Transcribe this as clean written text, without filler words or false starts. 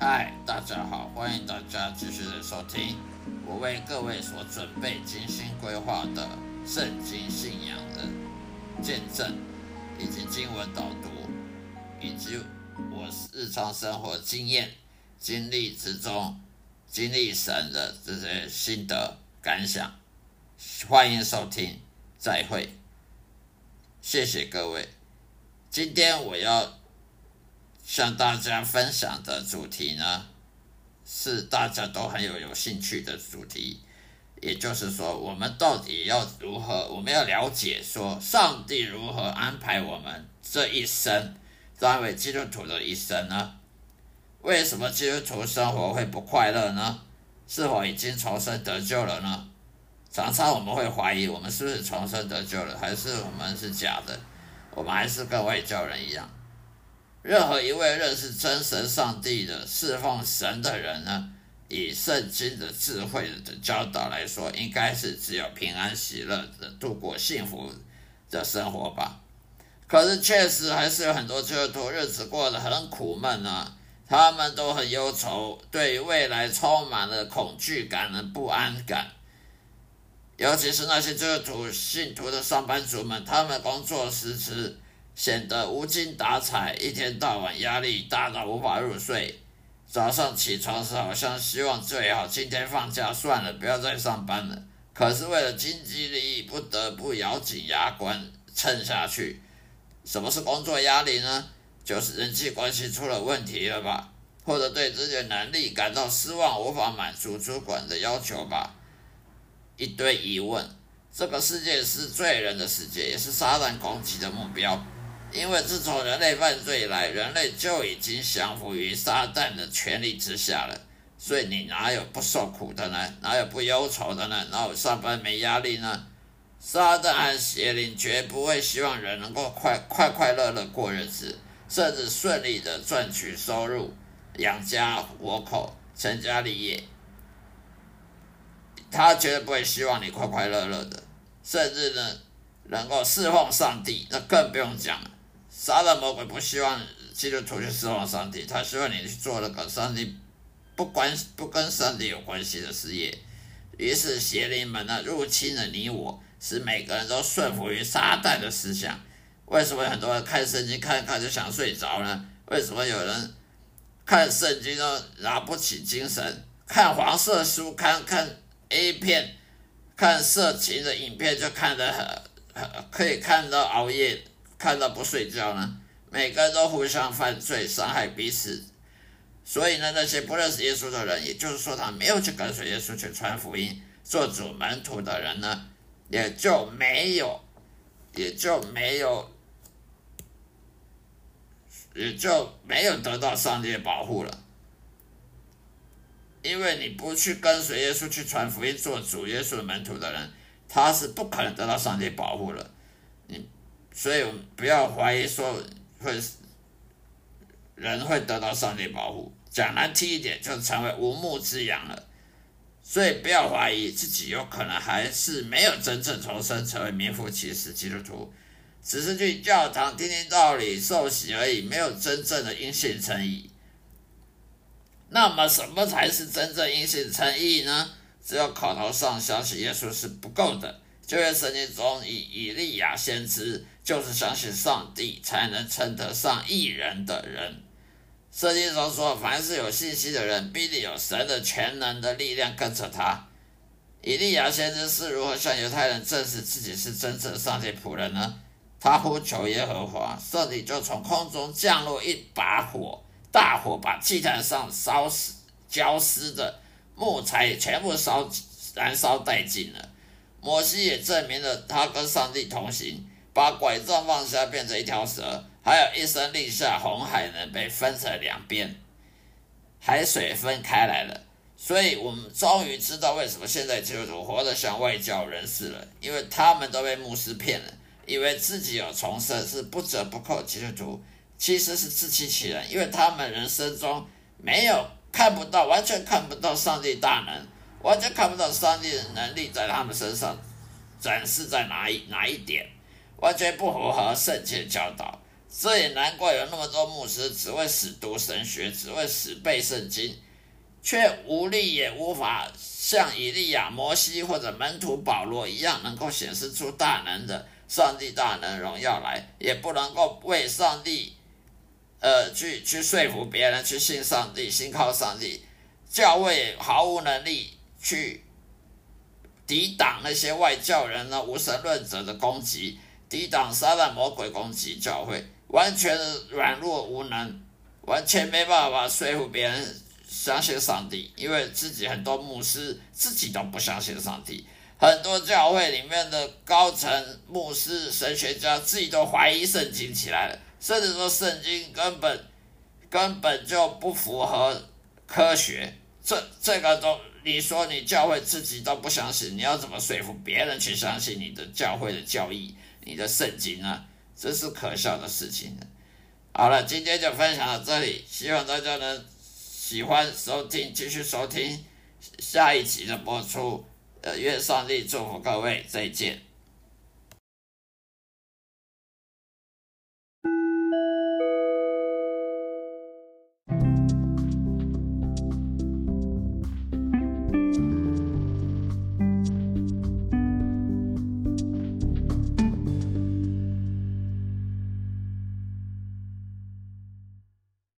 嗨，大家好，欢迎大家继续的收听我为各位所准备精心规划的圣经信仰的见证，以及经文导读，以及我日常生活经验、经历之中经历神的这些心得感想。欢迎收听，再会，谢谢各位。今天我要向大家分享的主题呢，是大家都很有兴趣的主题，也就是说，我们到底要如何，我们要了解说上帝如何安排我们这一生，作为基督徒的一生呢？为什么基督徒生活会不快乐呢？是否已经重生得救了呢？常常我们会怀疑，我们是不是重生得救了，还是我们是假的，我们还是跟外教人一样。任何一位认识真神上帝的侍奉神的人呢，以圣经的智慧的教导来说，应该是只有平安喜乐的度过幸福的生活吧。可是确实还是有很多基督徒日子过得很苦闷啊，他们都很忧愁，对于未来充满了恐惧感和不安感。尤其是那些基督徒信徒的上班族们，他们工作时显得无精打采，一天到晚压力大到无法入睡。早上起床时好像希望最好今天放假算了，不要再上班了。可是为了经济利益，不得不咬紧牙关撑下去。什么是工作压力呢？就是人际关系出了问题了吧，或者对自己的能力感到失望，无法满足主管的要求吧。一堆疑问。这个世界是罪人的世界，也是撒旦攻击的目标。因为自从人类犯罪以来，人类就已经降服于撒旦的权力之下了。所以你哪有不受苦的呢？哪有不忧愁的呢？哪有上班没压力呢？撒旦和邪灵绝不会希望人能够快乐乐过日子，甚至顺利的赚取收入，养家活口，成家立业。他绝对不会希望你快快乐乐的，甚至呢能够侍奉上帝，那更不用讲了。撒旦魔鬼不希望基督徒去侍奉上帝，他希望你去做那个上帝不跟上帝有关系的事业。于是邪灵们呢入侵了你我，使每个人都顺服于撒旦的思想。为什么很多人看圣经看就想睡着呢？为什么有人看圣经都拿不起精神，看黄色书看 A 片，看色情的影片就看得可以看到熬夜，看到不睡觉呢？每个人都互相犯罪，伤害彼此。所以呢，那些不认识耶稣的人，也就是说他没有去跟随耶稣去传福音，做主门徒的人呢，也就没有得到上帝的保护了。因为你不去跟随耶稣去传福音，做主耶稣的门徒的人，他是不可能得到上帝保护了。所以我们不要怀疑说人会得到上帝保护，讲难听一点，就成为无牧之羊了。所以不要怀疑自己有可能还是没有真正重生，成为名副其实基督徒，只是去教堂听听道理、受洗而已，没有真正的因信称义。那么什么才是真正因信称义呢？只有口头上相信耶稣是不够的。旧约圣经中以利亚先知就是相信上帝才能称得上义人的人。圣经中说，凡是有信心的人，必定有神的全能的力量跟着他。以利亚先知是如何向犹太人证实自己是真正的上帝仆人呢？他呼求耶和华，上帝就从空中降落一把火，大火把祭坛上焦湿的木材全部燃烧殆尽了。摩西也证明了他跟上帝同行，把拐杖放下变成一条蛇，还有一声令下，红海呢被分成两边，海水分开来了。所以我们终于知道为什么现在基督徒活得像外教人士了，因为他们都被牧师骗了，以为自己有重生，是不折不扣基督徒，其实是自欺欺人，因为他们人生中完全看不到上帝大能，完全看不到上帝的能力在他们身上展示在哪一点，完全不符合圣经的教导。 这也难怪有那么多牧师只会死读神学，只会死背圣经，却无力也无法像以利亚、摩西或者门徒保罗一样，能够显示出大能的上帝大能荣耀来，也不能够为上帝去说服别人去信上帝，信靠上帝。教会毫无能力去抵挡那些外教人呢、无神论者的攻击，抵挡撒旦魔鬼攻击教会，完全软弱无能，完全没办法说服别人相信上帝，因为自己很多牧师自己都不相信上帝，很多教会里面的高层牧师、神学家自己都怀疑圣经起来了，甚至说圣经根本就不符合科学。这个都你说你教会自己都不相信，你要怎么说服别人去相信你的教会的教义、你的圣经呢？这是可笑的事情。好了，今天就分享到这里，希望大家能喜欢收听，继续收听下一集的播出。愿上帝祝福各位，再见。